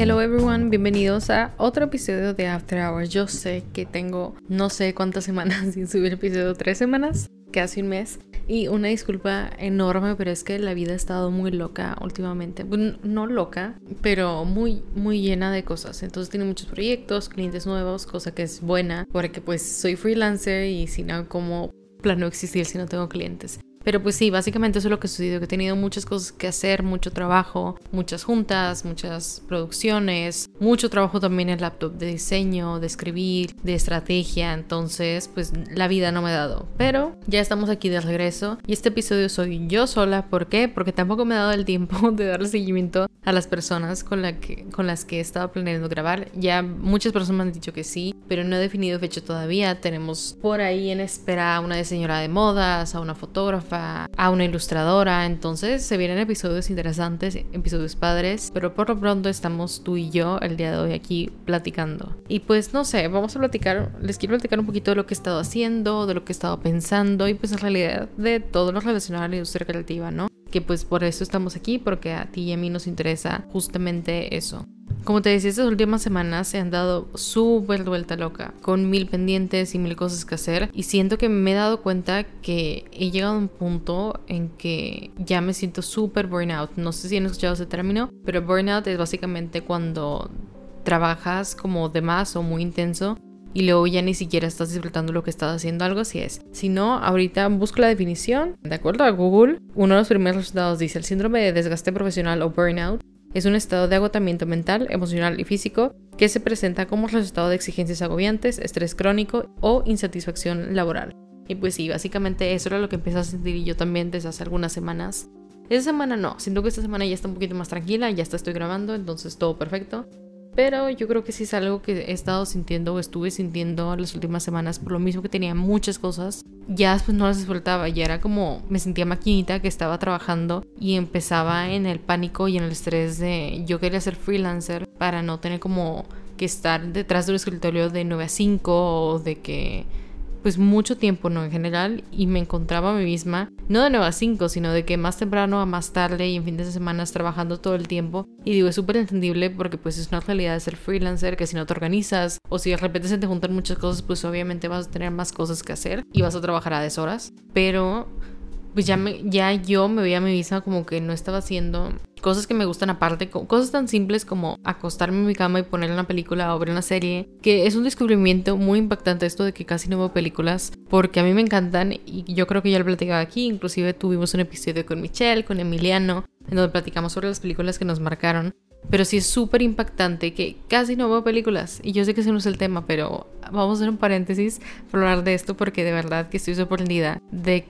Hello everyone, bienvenidos a otro episodio de After Hours. Yo sé que tengo no sé cuántas semanas sin subir episodio, 3 semanas, casi un mes. Y una disculpa enorme, pero es que la vida ha estado muy loca últimamente. No loca, pero muy llena de cosas. Entonces tiene muchos proyectos, clientes nuevos, cosa que es buena, porque pues soy freelancer y si no, ¿cómo planeo existir si no tengo clientes? Pero pues sí, básicamente eso es lo que ha sucedido, que he tenido muchas cosas que hacer, mucho trabajo, muchas juntas, muchas producciones, mucho trabajo también en laptop de diseño, de escribir, de estrategia. Entonces pues la vida no me ha dado, pero ya estamos aquí de regreso y este episodio soy yo sola. ¿Por qué? Porque tampoco me ha dado el tiempo de darle seguimiento a las personas con las que he estado planeando grabar. Ya muchas personas me han dicho que sí, pero no he definido fecha todavía. Tenemos por ahí en espera a una diseñadora de modas, a una fotógrafa, a una ilustradora. Entonces se vienen episodios interesantes, episodios padres, pero por lo pronto estamos tú y yo el día de hoy aquí platicando. Y pues no sé, les quiero platicar un poquito de lo que he estado haciendo, de lo que he estado pensando y pues en realidad de todo lo relacionado a la industria creativa, ¿no? Que pues por eso estamos aquí, porque a ti y a mí nos interesa justamente eso. Como te decía, estas últimas semanas se han dado súper vuelta loca, con 1000 pendientes y 1000 cosas que hacer, y siento que me he dado cuenta que he llegado a un punto en que ya me siento súper burnout. No sé si han escuchado ese término, pero burnout es básicamente cuando trabajas como de más o muy intenso y luego ya ni siquiera estás disfrutando lo que estás haciendo. Algo así es. Si no, ahorita busco la definición. De acuerdo a Google, uno de los primeros resultados dice: el síndrome de desgaste profesional o burnout es un estado de agotamiento mental, emocional y físico que se presenta como resultado de exigencias agobiantes, estrés crónico o insatisfacción laboral. Y pues sí, básicamente eso era lo que empecé a sentir yo también desde hace algunas semanas. Esta semana no, siento que esta semana ya está un poquito más tranquila, ya estoy grabando, entonces todo perfecto. Pero yo creo que sí es algo que he estado sintiendo o estuve sintiendo las últimas semanas, por lo mismo que tenía muchas cosas. Ya después no las disfrutaba, ya era como me sentía maquinita que estaba trabajando y empezaba en el pánico y en el estrés de yo quería ser freelancer para no tener como que estar detrás de un escritorio de 9 a 5 o de que pues mucho tiempo, ¿no? En general, y me encontraba a mí misma, no de 9 a 5, sino de que más temprano a más tarde y en fines de semana trabajando todo el tiempo. Y digo, es súper entendible porque pues es una realidad de ser freelancer, que si no te organizas o si de repente se te juntan muchas cosas, pues obviamente vas a tener más cosas que hacer y vas a trabajar a deshoras. Pero pues ya yo me veía a mí misma como que no estaba haciendo cosas que me gustan aparte, cosas tan simples como acostarme en mi cama y poner una película o ver una serie, que es un descubrimiento muy impactante esto de que casi no veo películas, porque a mí me encantan y yo creo que ya lo platicaba aquí, inclusive tuvimos un episodio con Michelle, con Emiliano, en donde platicamos sobre las películas que nos marcaron. Pero sí es súper impactante que casi no veo películas. Y yo sé que ese no es el tema, pero vamos a hacer un paréntesis para hablar de esto porque de verdad que estoy sorprendida de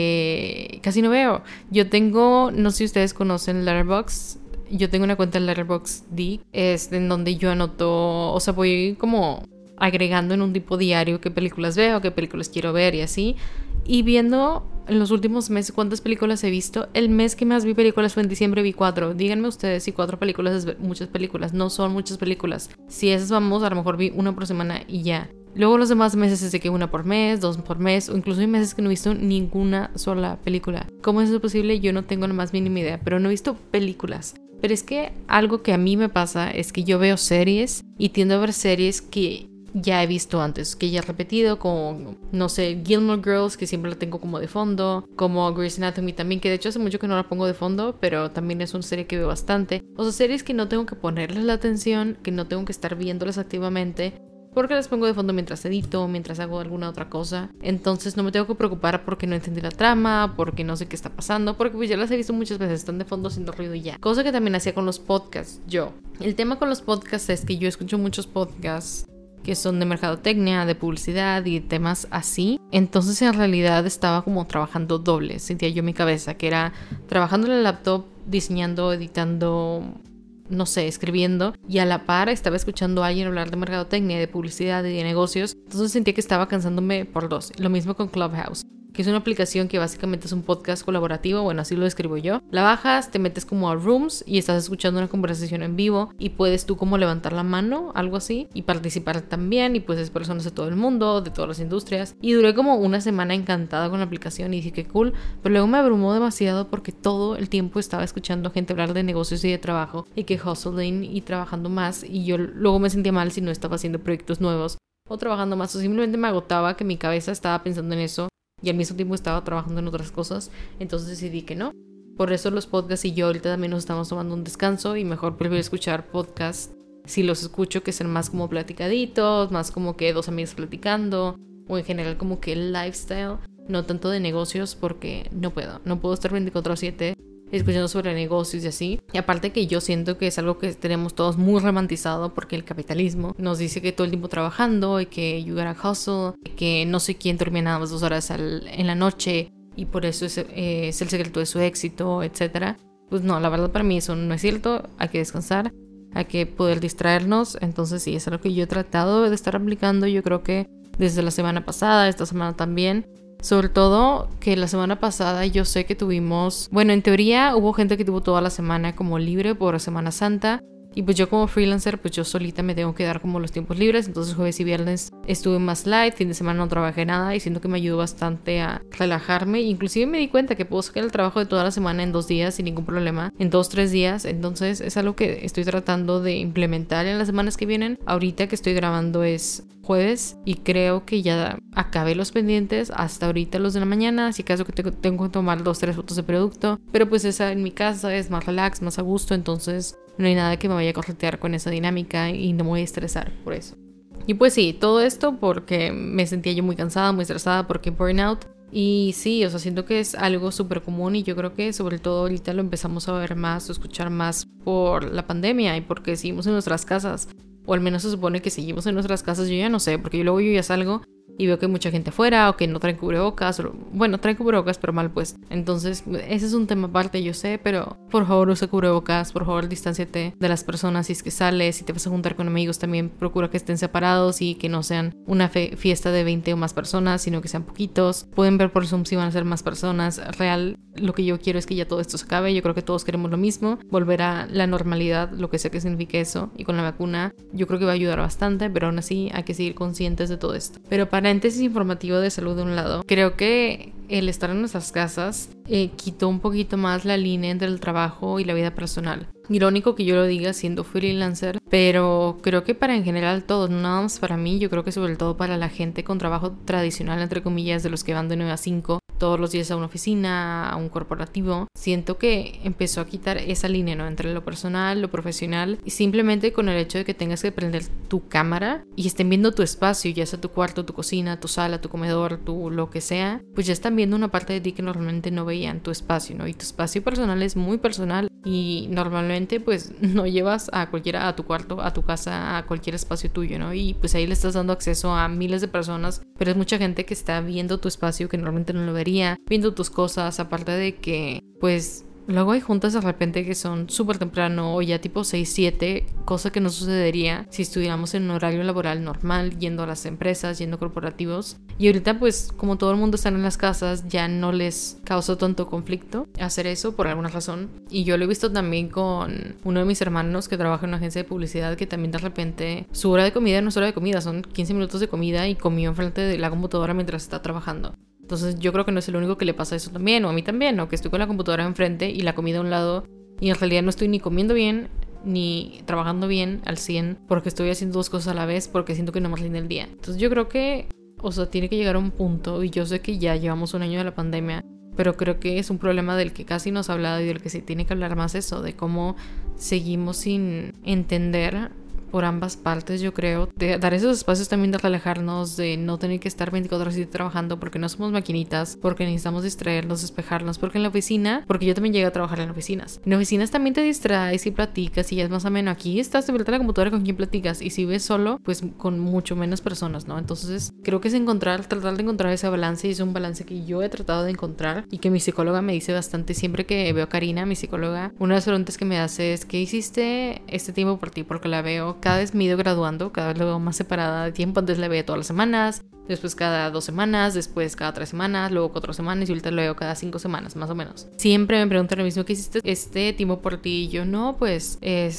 que casi no veo. Yo tengo, no sé si ustedes conocen Letterboxd. Yo tengo una cuenta en Letterboxd, es en donde yo anoto, o sea, voy como agregando en un tipo diario qué películas veo, qué películas quiero ver y así. Y viendo en los últimos meses cuántas películas he visto. El mes que más vi películas fue en diciembre, vi 4. Díganme ustedes si 4 películas es muchas películas. No son muchas películas. Si esas vamos, a lo mejor vi una por semana y ya. Luego los demás meses es de que una por mes, 2 por mes, o incluso hay meses que no he visto ninguna sola película. ¿Cómo es eso posible? Yo no tengo la más mínima idea, pero no he visto películas. Pero es que algo que a mí me pasa es que yo veo series y tiendo a ver series que ya he visto antes, que ya he repetido, como, no sé, Gilmore Girls, que siempre la tengo como de fondo, como Grey's Anatomy también, que de hecho hace mucho que no la pongo de fondo, pero también es una serie que veo bastante. O sea, series que no tengo que ponerles la atención, que no tengo que estar viéndolas activamente, porque las pongo de fondo mientras edito, mientras hago alguna otra cosa. Entonces no me tengo que preocupar porque no entendí la trama, porque no sé qué está pasando, porque pues ya las he visto muchas veces, están de fondo haciendo ruido y ya. Cosa que también hacía con los podcasts yo. El tema con los podcasts es que yo escucho muchos podcasts que son de mercadotecnia, de publicidad y temas así. Entonces en realidad estaba como trabajando doble, sentía yo en mi cabeza, que era trabajando en el laptop, diseñando, editando, no sé, escribiendo, y a la par estaba escuchando a alguien hablar de mercadotecnia, de publicidad y de negocios. Entonces sentía que estaba cansándome por dos. Lo mismo con Clubhouse. que es una aplicación que básicamente es un podcast colaborativo, bueno, así lo describo yo. La bajas, te metes como a Rooms y estás escuchando una conversación en vivo y puedes tú como levantar la mano, algo así, y participar también, y pues es personas de todo el mundo, de todas las industrias. Y duré como una semana encantada con la aplicación y dije que cool, pero luego me abrumó demasiado porque todo el tiempo estaba escuchando gente hablar de negocios y de trabajo y que hustling y trabajando más, y yo luego me sentía mal si no estaba haciendo proyectos nuevos o trabajando más, o simplemente me agotaba que mi cabeza estaba pensando en eso y al mismo tiempo estaba trabajando en otras cosas. Entonces decidí que no. Por eso los podcasts y yo ahorita también nos estamos tomando un descanso y mejor prefiero escuchar podcasts si los escucho que sean más como platicaditos, más como que dos amigos platicando, o en general como que el lifestyle, no tanto de negocios, porque no puedo estar 24/7 escuchando sobre negocios y así. Y aparte que yo siento que es algo que tenemos todos muy romantizado porque el capitalismo nos dice que todo el tiempo trabajando y que you gotta hustle, que no sé quién dormía nada más 2 horas en la noche y por eso es el secreto de su éxito, etcétera. Pues no, la verdad para mí eso no es cierto. Hay que descansar, hay que poder distraernos. Entonces sí, es algo que yo he tratado de estar aplicando. Yo creo que desde la semana pasada, esta semana también. Sobre todo que la semana pasada yo sé que tuvimos, bueno, en teoría hubo gente que tuvo toda la semana como libre por Semana Santa. Y pues yo como freelancer, pues yo solita me tengo que dar como los tiempos libres. Entonces jueves y viernes estuve más light, fin de semana no trabajé nada y siento que me ayudó bastante a relajarme. Inclusive me di cuenta que puedo sacar el trabajo de toda la semana en 2 días sin ningún problema, en 2-3 días. Entonces es algo que estoy tratando de implementar en las semanas que vienen. Ahorita que estoy grabando es jueves y creo que ya acabé los pendientes hasta ahorita los de la mañana, si acaso que tengo que tomar 2-3 fotos de producto, pero pues esa en mi casa es más relax, más a gusto, entonces no hay nada que me vaya a corretear con esa dinámica y no me voy a estresar por eso. Y pues sí, todo esto porque me sentía yo muy cansada, muy estresada porque burnout. Y sí, o sea, siento que es algo súper común y yo creo que sobre todo ahorita lo empezamos a ver más o escuchar más por la pandemia y porque seguimos en nuestras casas. O al menos se supone que seguimos en nuestras casas, yo ya no sé, porque luego yo ya salgo y veo que hay mucha gente afuera o que no traen cubrebocas, bueno, traen cubrebocas pero mal puesto. Entonces ese es un tema aparte, yo sé, pero por favor usa cubrebocas, por favor distánciate de las personas si es que sales, si te vas a juntar con amigos también procura que estén separados y que no sean una fiesta de 20 o más personas, sino que sean poquitos. Pueden ver por Zoom si van a ser más personas. Real, lo que yo quiero es que ya todo esto se acabe, yo creo que todos queremos lo mismo, volver a la normalidad, lo que sea que signifique eso, y con la vacuna yo creo que va a ayudar bastante, pero aún así hay que seguir conscientes de todo esto. Pero paréntesis informativo de salud de un lado, creo que el estar en nuestras casas quitó un poquito más la línea entre el trabajo y la vida personal. Irónico que yo lo diga siendo freelancer, pero creo que para en general todos, no nada más para mí, yo creo que sobre todo para la gente con trabajo tradicional, entre comillas, de los que van de 9 a 5 todos los días a una oficina, a un corporativo, siento que empezó a quitar esa línea, ¿no? Entre lo personal, lo profesional, y simplemente con el hecho de que tengas que prender tu cámara y estén viendo tu espacio, ya sea tu cuarto, tu cocina, tu sala, tu comedor, tu lo que sea, pues ya están viendo una parte de ti que normalmente no veían, tu espacio, ¿no? Y tu espacio personal es muy personal y normalmente pues no llevas a cualquiera a tu cuarto, a tu casa, a cualquier espacio tuyo, ¿no? Y pues ahí le estás dando acceso a miles de personas, pero es mucha gente que está viendo tu espacio que normalmente no lo vería, viendo tus cosas, aparte de que pues luego hay juntas de repente que son súper temprano o ya tipo 6-7, cosa que no sucedería si estuviéramos en un horario laboral normal, yendo a las empresas, yendo a corporativos. Y ahorita pues como todo el mundo está en las casas, ya no les causó tanto conflicto hacer eso por alguna razón. Y yo lo he visto también con uno de mis hermanos que trabaja en una agencia de publicidad, que también de repente su hora de comida no es hora de comida, son 15 minutos de comida y comió enfrente de la computadora mientras está trabajando. Entonces yo creo que no es el único que le pasa eso también, o a mí también, o que estoy con la computadora enfrente y la comida a un lado y en realidad no estoy ni comiendo bien ni trabajando bien al 100 porque estoy haciendo 2 cosas a la vez porque siento que no me rinde el día. Entonces yo creo que, o sea, tiene que llegar a un punto, y yo sé que ya llevamos 1 año de la pandemia, pero creo que es un problema del que casi nos ha hablado y del que se tiene que hablar más, eso, de cómo seguimos sin entender por ambas partes, yo creo, de dar esos espacios también de relajarnos, de no tener que estar 24/7 trabajando porque no somos maquinitas, porque necesitamos distraernos, despejarnos, porque en la oficina, porque yo también llegué a trabajar en oficinas. En oficinas también te distraes y platicas y ya es más ameno. Aquí estás de vuelta a la computadora con quien platicas y si ves solo, pues con mucho menos personas, ¿no? Entonces creo que es tratar de encontrar ese balance, y es un balance que yo he tratado de encontrar y que mi psicóloga me dice bastante siempre que veo a Karina, mi psicóloga. Una de las preguntas que me hace es: ¿qué hiciste este tiempo por ti? Porque la veo cada vez me he ido graduando, cada vez la veo más separada de tiempo. Antes la veía todas las semanas, después cada 2 semanas, después cada 3 semanas, luego 4 semanas y ahorita lo veo cada 5 semanas, más o menos. Siempre me preguntan lo mismo, ¿qué hiciste este tiempo por ti? Y yo, no, pues,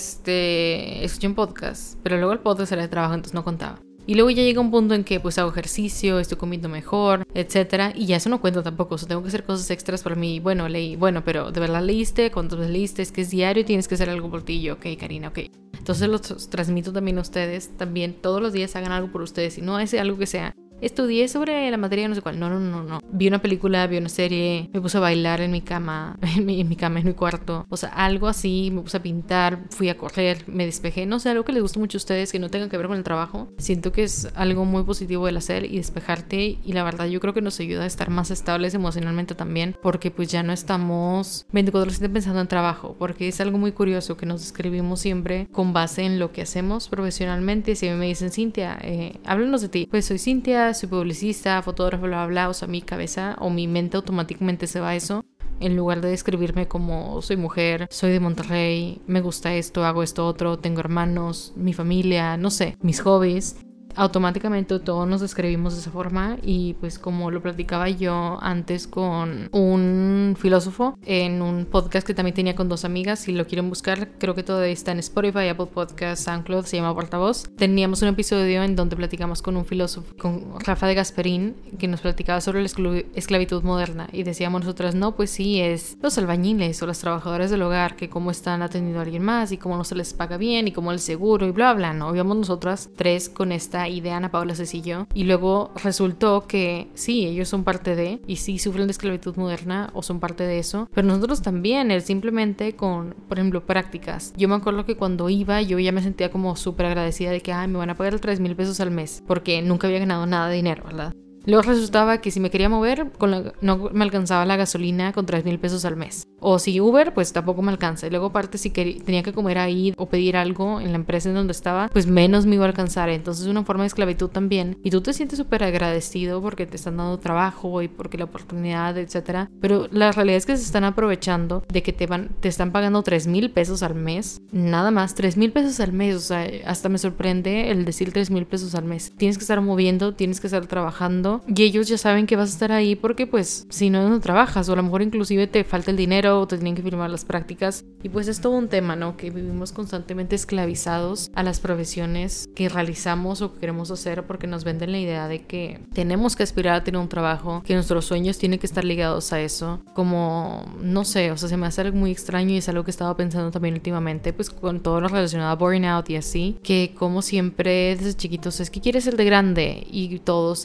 escuché un podcast, pero luego el podcast era de trabajo, entonces no contaba. Y luego ya llega un punto en que pues hago ejercicio, estoy comiendo mejor, etcétera, y ya eso no cuenta tampoco, o sea, tengo que hacer cosas extras para mí. Bueno, leí, bueno, pero ¿de verdad leíste? ¿Cuántas veces leíste? Es que es diario y tienes que hacer algo por ti. Y yo, ok, Karina, ok. Entonces los transmito también a ustedes, también todos los días hagan algo por ustedes, y no es algo que sea estudié sobre la materia no sé cuál. No. Vi una película, vi una serie, me puse a bailar en mi cama, en mi cuarto. O sea, algo así, me puse a pintar, fui a correr, me despejé. No sé, algo que les guste mucho a ustedes que no tenga que ver con el trabajo. Siento que es algo muy positivo el hacer y despejarte. Y la verdad yo creo que nos ayuda a estar más estables emocionalmente también. Porque pues ya no estamos 24/7 pensando en trabajo. Porque es algo muy curioso que nos describimos siempre con base en lo que hacemos profesionalmente. Si me dicen, Cintia, háblanos de ti. Pues soy Cintia, soy publicista, fotógrafo, bla, bla, bla. O sea, mi cabeza o mi mente automáticamente se va a eso. En lugar de describirme como soy mujer, soy de Monterrey, me gusta esto, hago esto otro, tengo hermanos, mi familia, no sé, mis hobbies. Automáticamente todos nos describimos de esa forma y pues como lo platicaba yo antes con un filósofo en un podcast que también tenía con 2 amigas, si lo quieren buscar, creo que todavía está en Spotify, Apple Podcasts, SoundCloud, se llama Portavoz. Teníamos un episodio en donde platicamos con un filósofo, con Rafa de Gasperín, que nos platicaba sobre la esclavitud moderna y decíamos nosotras, no, pues sí, es los albañiles o las trabajadoras del hogar que cómo están atendiendo a alguien más y cómo no se les paga bien y cómo el seguro y bla, bla, ¿no? Íbamos nosotras 3 con esta idea, Ana Paula, Ceci y yo, y luego resultó que sí, ellos son parte de, y sí sufren de esclavitud moderna o son parte de eso, pero nosotros también, simplemente con, por ejemplo, prácticas. Yo me acuerdo que cuando iba, yo ya me sentía como súper agradecida de que, me van a pagar 3,000 pesos al mes, porque nunca había ganado nada de dinero, ¿verdad? Luego resultaba que si me quería mover, no me alcanzaba la gasolina con 3,000 pesos al mes. O si Uber, pues tampoco me alcanza. Y luego aparte si tenía que comer ahí o pedir algo en la empresa en donde estaba, pues menos me iba a alcanzar. Entonces es una forma de esclavitud también. Y tú te sientes súper agradecido porque te están dando trabajo y porque la oportunidad, etcétera. Pero la realidad es que se están aprovechando de que te están pagando 3,000 pesos al mes. Nada más, 3,000 pesos al mes. O sea, hasta me sorprende el decir 3,000 pesos al mes. Tienes que estar moviendo, tienes que estar trabajando. Y ellos ya saben que vas a estar ahí porque pues si no trabajas o a lo mejor inclusive te falta el dinero o te tienen que firmar las prácticas y pues es todo un tema, ¿no? Que vivimos constantemente esclavizados a las profesiones que realizamos o que queremos hacer porque nos venden la idea de que tenemos que aspirar a tener un trabajo, que nuestros sueños tienen que estar ligados a eso, como no sé, o sea, se me hace algo muy extraño y es algo que he estado pensando también últimamente, pues con todo lo relacionado a burnout y así, que como siempre desde chiquitos es que quieres ser de grande y todos,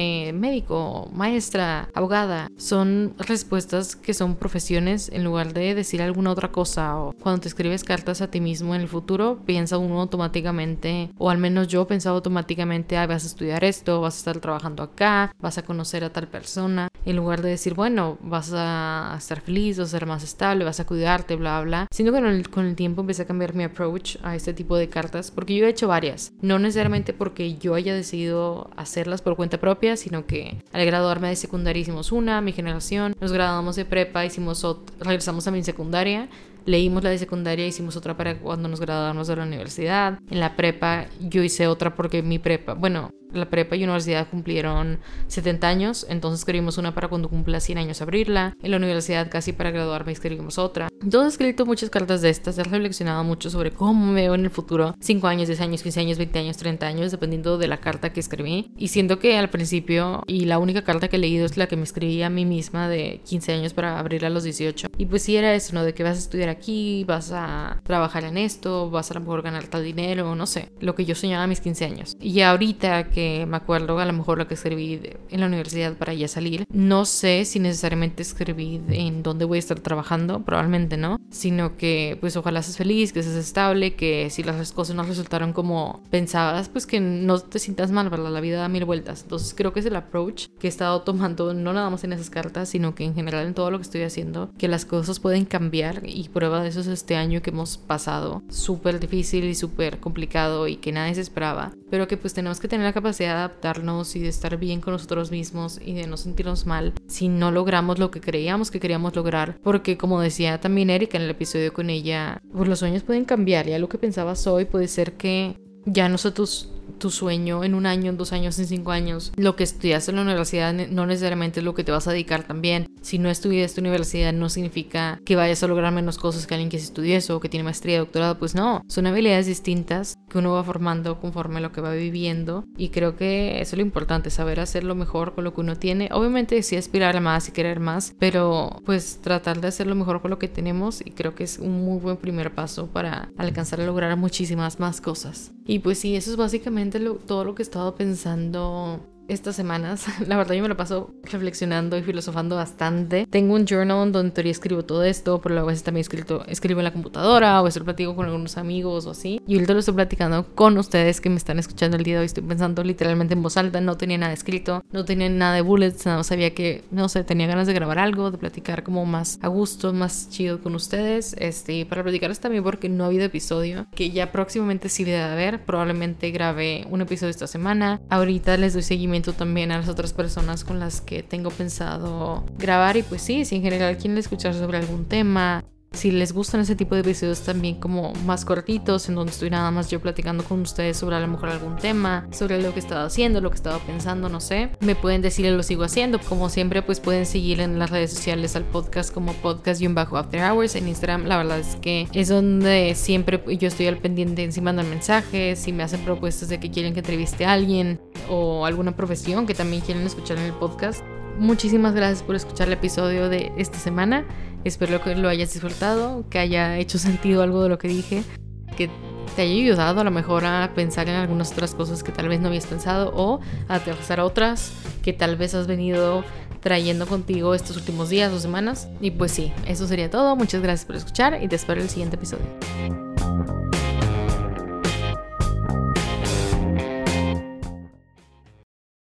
médico, maestra, abogada, son respuestas que son profesiones en lugar de decir alguna otra cosa. O cuando te escribes cartas a ti mismo en el futuro, piensa uno automáticamente, o al menos yo pensaba automáticamente, vas a estudiar esto, vas a estar trabajando acá, vas a conocer a tal persona, en lugar de decir, bueno, vas a estar feliz, vas a ser más estable, vas a cuidarte, bla, bla. Siento que con el tiempo empecé a cambiar mi approach a este tipo de cartas, porque yo he hecho varias, no necesariamente porque yo haya decidido hacerlas por cuenta propia, sino que al graduarme de secundaria hicimos una, mi generación, nos graduamos de prepa, regresamos a mi secundaria, leímos la de secundaria, hicimos otra para cuando nos graduamos de la universidad. En la prepa yo hice otra porque la prepa y universidad cumplieron 70 años, entonces escribimos una para cuando cumpla 100 años abrirla. En la universidad casi para graduarme escribimos otra. Entonces he escrito muchas cartas de estas, he reflexionado mucho sobre cómo me veo en el futuro, 5 años, 10 años, 15 años, 20 años, 30 años, dependiendo de la carta que escribí. Y siento que al principio, y la única carta que he leído es la que me escribí a mí misma de 15 años para abrirla a los 18. Y pues sí era eso, ¿no? De que vas a estudiar aquí, vas a trabajar en esto, vas a lo mejor ganar tal dinero, no sé, lo que yo soñaba a mis 15 años. Y ahorita que me acuerdo a lo mejor lo que escribí en la universidad para ya salir, no sé si necesariamente escribí en dónde voy a estar trabajando, probablemente no, sino que pues ojalá seas feliz, que seas estable, que si las cosas no resultaron como pensabas, pues que no te sientas mal, ¿verdad? La vida da 1000 vueltas. Entonces creo que es el approach que he estado tomando, no nada más en esas cartas, sino que en general en todo lo que estoy haciendo, que las cosas pueden cambiar, y prueba de eso es este año que hemos pasado, súper difícil y súper complicado y que nadie se esperaba, pero que pues tenemos que tener la capacidad de adaptarnos y de estar bien con nosotros mismos y de no sentirnos mal si no logramos lo que creíamos que queríamos lograr, porque como decía también Erika en el episodio con ella, pues los sueños pueden cambiar y algo que pensabas hoy puede ser que ya no sé tu sueño en 1 año, en 2 años, en 5 años. Lo que estudiaste en la universidad no necesariamente es lo que te vas a dedicar también. Si no estudiaste universidad no significa que vayas a lograr menos cosas que alguien que sí estudió eso o que tiene maestría, doctorado. Pues no, son habilidades distintas que uno va formando conforme lo que va viviendo, y creo que eso es lo importante, saber hacer lo mejor con lo que uno tiene. Obviamente sí aspirar a más y querer más, pero pues tratar de hacer lo mejor con lo que tenemos, y creo que es un muy buen primer paso para alcanzar a lograr muchísimas más cosas. Y pues sí, eso es básicamente todo lo que he estado pensando estas semanas. La verdad yo me lo paso reflexionando y filosofando bastante. Tengo un journal donde en teoría escribo todo esto, pero a veces también escribo en la computadora, o estoy platicando con algunos amigos o así. Y ahorita lo estoy platicando con ustedes que me están escuchando el día de hoy. Estoy pensando literalmente en voz alta, no tenía nada escrito, no tenía nada de bullets, no sabía que, no sé, tenía ganas de grabar algo, de platicar como más a gusto, más chido con ustedes, para platicarles también porque no ha habido episodio, que ya próximamente sí debe de haber. Probablemente grabé un episodio esta semana. Ahorita les doy seguimiento también a las otras personas con las que tengo pensado grabar, y pues sí, si en general quieren escuchar sobre algún tema, si les gustan ese tipo de episodios también como más cortitos, en donde estoy nada más yo platicando con ustedes sobre a lo mejor algún tema, sobre lo que he estado haciendo, lo que he estado pensando, no sé, me pueden decir y lo sigo haciendo. Como siempre, pues pueden seguir en las redes sociales al podcast como podcast-after hours en Instagram. La verdad es que es donde siempre yo estoy al pendiente, si mandan mensajes, si me hacen propuestas de que quieren que entreviste a alguien o alguna profesión que también quieren escuchar en el podcast. Muchísimas gracias por escuchar el episodio de esta semana. Espero que lo hayas disfrutado, que haya hecho sentido algo de lo que dije, que te haya ayudado a lo mejor a pensar en algunas otras cosas que tal vez no habías pensado, o a trabajar otras que tal vez has venido trayendo contigo estos últimos días o semanas. Y pues sí, eso sería todo. Muchas gracias por escuchar y te espero en el siguiente episodio.